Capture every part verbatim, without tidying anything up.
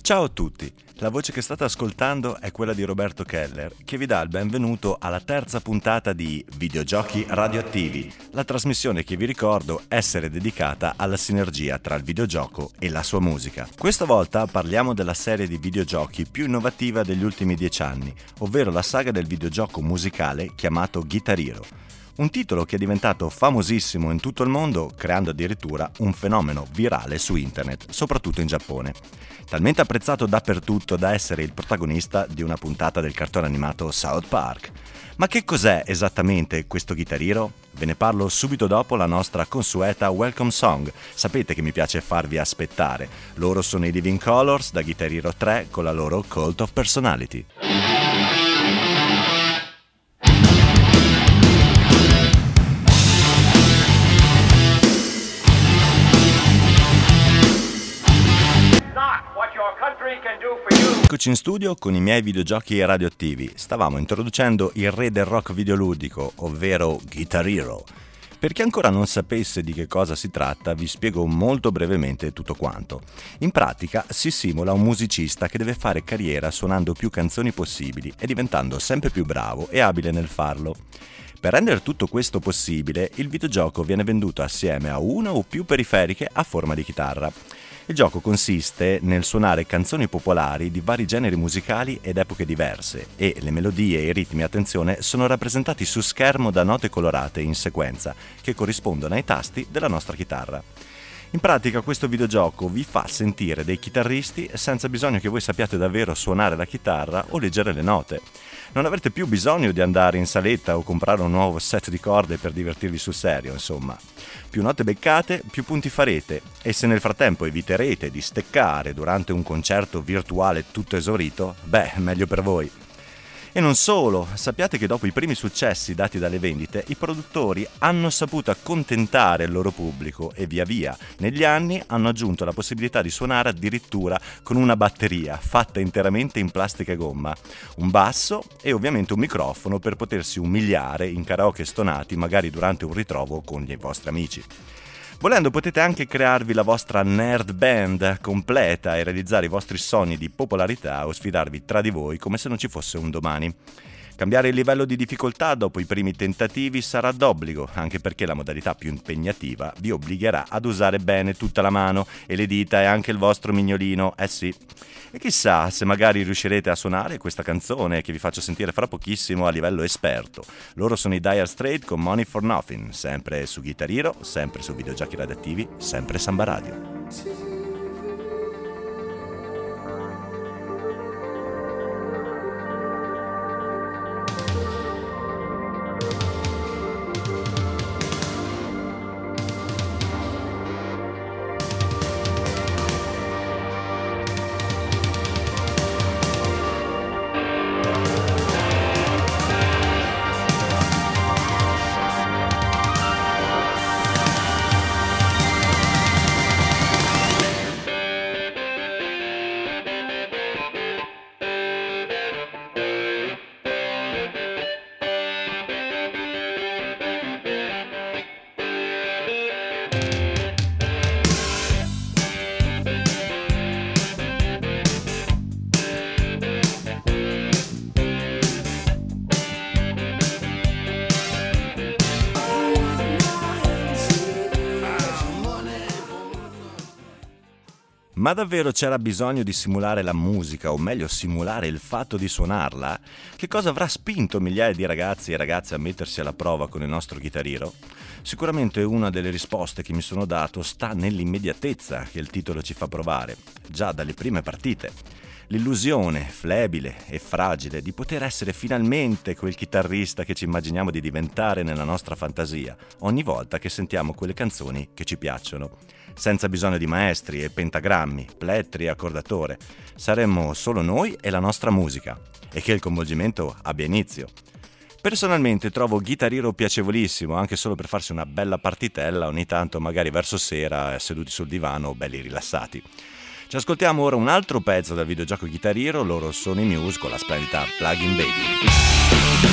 Ciao a tutti, la voce che state ascoltando è quella di Roberto Keller, che vi dà il benvenuto alla terza puntata di Videogiochi Radioattivi, la trasmissione che vi ricordo essere dedicata alla sinergia tra il videogioco e la sua musica. Questa volta parliamo della serie di videogiochi più innovativa degli ultimi dieci anni, ovvero la saga del videogioco musicale chiamato Guitar Hero. Un titolo che è diventato famosissimo in tutto il mondo, creando addirittura un fenomeno virale su internet, soprattutto in Giappone. Talmente apprezzato dappertutto da essere il protagonista di una puntata del cartone animato South Park. Ma che cos'è esattamente questo Guitar Hero? Ve ne parlo subito dopo la nostra consueta Welcome Song. Sapete che mi piace farvi aspettare. Loro sono i Living Colours da Guitar Hero tre con la loro Cult of Personality. Eccoci in studio con i miei videogiochi radioattivi. Stavamo introducendo il re del rock videoludico, ovvero Guitar Hero. Per chi ancora non sapesse di che cosa si tratta, vi spiego molto brevemente tutto quanto. In pratica si simula un musicista che deve fare carriera suonando più canzoni possibili e diventando sempre più bravo e abile nel farlo. Per rendere tutto questo possibile, il videogioco viene venduto assieme a una o più periferiche a forma di chitarra. Il gioco consiste nel suonare canzoni popolari di vari generi musicali ed epoche diverse e le melodie e i ritmi, attenzione, sono rappresentati su schermo da note colorate in sequenza che corrispondono ai tasti della nostra chitarra. In pratica questo videogioco vi fa sentire dei chitarristi senza bisogno che voi sappiate davvero suonare la chitarra o leggere le note. Non avrete più bisogno di andare in saletta o comprare un nuovo set di corde per divertirvi sul serio, insomma. Più note beccate, più punti farete e se nel frattempo eviterete di steccare durante un concerto virtuale tutto esaurito, beh, meglio per voi. E non solo, sappiate che dopo i primi successi dati dalle vendite, i produttori hanno saputo accontentare il loro pubblico e via via, negli anni, hanno aggiunto la possibilità di suonare addirittura con una batteria fatta interamente in plastica e gomma, un basso e ovviamente un microfono per potersi umiliare in karaoke stonati, magari durante un ritrovo con i vostri amici. Volendo potete anche crearvi la vostra nerd band completa e realizzare i vostri sogni di popolarità o sfidarvi tra di voi come se non ci fosse un domani. Cambiare il livello di difficoltà dopo i primi tentativi sarà d'obbligo, anche perché la modalità più impegnativa vi obbligherà ad usare bene tutta la mano e le dita e anche il vostro mignolino, eh sì. E chissà se magari riuscirete a suonare questa canzone che vi faccio sentire fra pochissimo a livello esperto. Loro sono i Dire Straits con Money for Nothing, sempre su Guitar Hero, sempre su Videogiochi Radioattivi, sempre Samba Radio. Ma davvero c'era bisogno di simulare la musica, o meglio simulare il fatto di suonarla? Che cosa avrà spinto migliaia di ragazzi e ragazze a mettersi alla prova con il nostro Guitar Hero? Sicuramente una delle risposte che mi sono dato sta nell'immediatezza che il titolo ci fa provare, già dalle prime partite. L'illusione, flebile e fragile, di poter essere finalmente quel chitarrista che ci immaginiamo di diventare nella nostra fantasia, ogni volta che sentiamo quelle canzoni che ci piacciono. Senza bisogno di maestri e pentagrammi, plettri e accordatore. Saremmo solo noi e la nostra musica, e che il coinvolgimento abbia inizio. Personalmente trovo Guitar Hero piacevolissimo, anche solo per farsi una bella partitella ogni tanto, magari verso sera, seduti sul divano, belli rilassati. Ci ascoltiamo ora un altro pezzo dal videogioco Guitar Hero, loro sono i Muse con la splendida Plug-in Baby.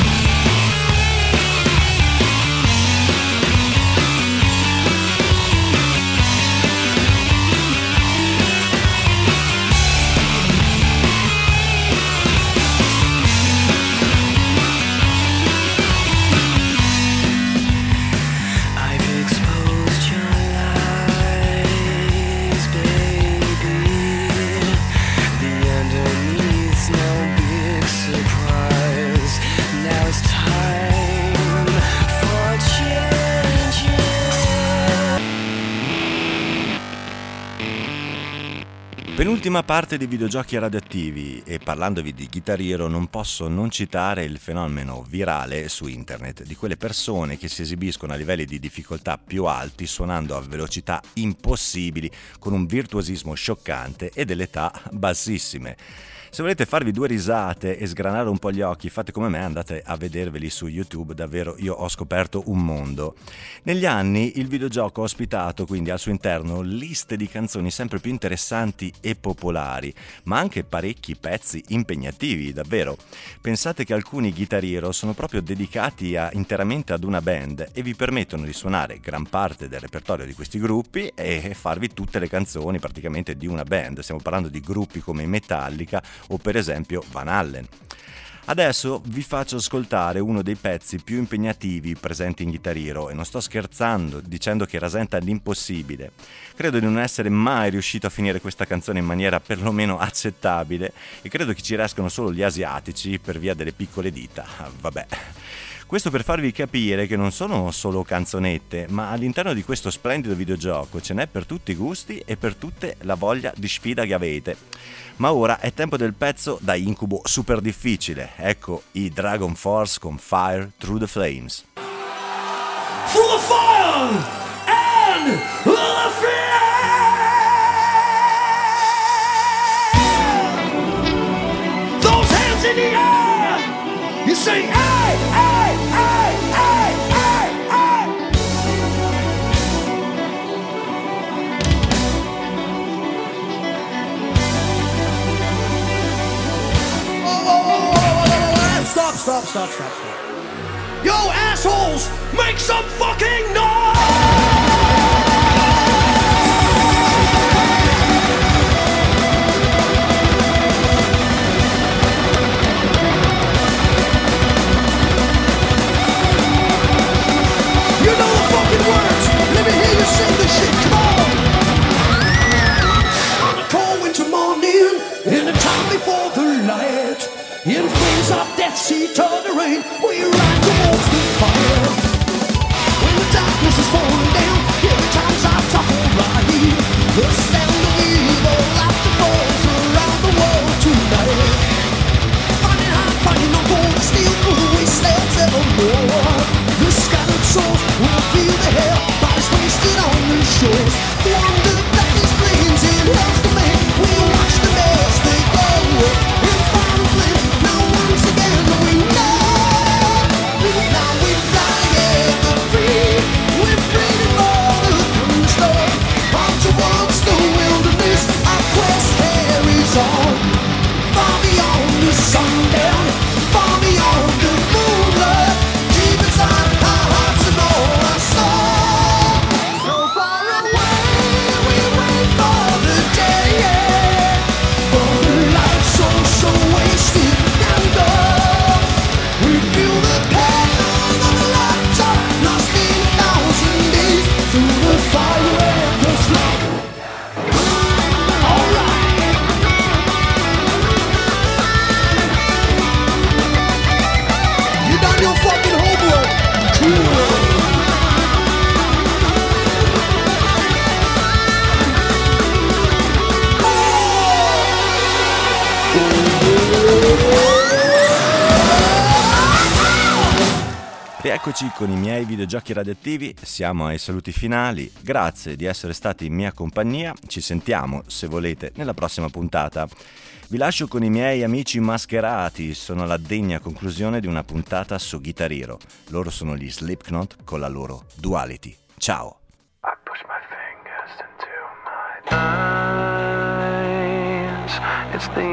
Penultima parte di videogiochi radioattivi, e parlandovi di Guitar Hero non posso non citare il fenomeno virale su internet di quelle persone che si esibiscono a livelli di difficoltà più alti suonando a velocità impossibili con un virtuosismo scioccante e delle età bassissime. Se volete farvi due risate e sgranare un po' gli occhi, fate come me, andate a vederveli su YouTube, davvero io ho scoperto un mondo. Negli anni il videogioco ha ospitato quindi al suo interno liste di canzoni sempre più interessanti e popolari, ma anche parecchi pezzi impegnativi, davvero. Pensate che alcuni Guitar Hero sono proprio dedicati a, interamente ad una band e vi permettono di suonare gran parte del repertorio di questi gruppi e farvi tutte le canzoni praticamente di una band. Stiamo parlando di gruppi come Metallica o per esempio Van Halen. Adesso vi faccio ascoltare uno dei pezzi più impegnativi presenti in Guitar Hero e non sto scherzando dicendo che rasenta l'impossibile. Credo di non essere mai riuscito a finire questa canzone in maniera perlomeno accettabile e credo che ci riescano solo gli asiatici per via delle piccole dita. Vabbè. Questo per farvi capire che non sono solo canzonette, ma all'interno di questo splendido videogioco ce n'è per tutti i gusti e per tutte la voglia di sfida che avete. Ma ora è tempo del pezzo da incubo super difficile. Ecco i Dragon Force con Fire Through the Flames. Through the fire and the flame. Those hands in the air. You say, hey, hey, hey, hey, hey, hey. Oh, oh, oh, oh, oh, stop, stop, stop, stop, stop. Yo, assholes, make some fucking noise! Words. Let me hear you sing this shit, come on. On a cold winter morning, in the time before the light, in flames of death, sea turn the rain, we ride towards the fire. When the darkness is falling down, every time's our tough ride. The sound of evil laughter falls around the world tonight. Fighting hard, fighting on gold, steel blue wastelands evermore. The scattered souls will feel the hell, bodies wasted on the shores. Wonder that these flames in hell's domain, we watch them as they glow in fire flames. Now once again we know, now we fly ever free. We're freedom all the thunderstorm, on towards the wilderness. Our quest carries on, far beyond the sundown, far beyond the moonlight. Deep inside our hearts and all our soul, so far away we wait for the day, for the light so, so wasted and gone. We feel the pain of a lifetime lost in a thousand days, through the fire and the flame. Alright. You done your fucking homework. Cool. Rieccoci con i miei videogiochi radioattivi, siamo ai saluti finali, grazie di essere stati in mia compagnia, ci sentiamo se volete nella prossima puntata. Vi lascio con i miei amici mascherati, sono la degna conclusione di una puntata su Guitar Hero. Loro sono gli Slipknot con la loro Duality. Ciao! I push my fingers into my eyes. It's the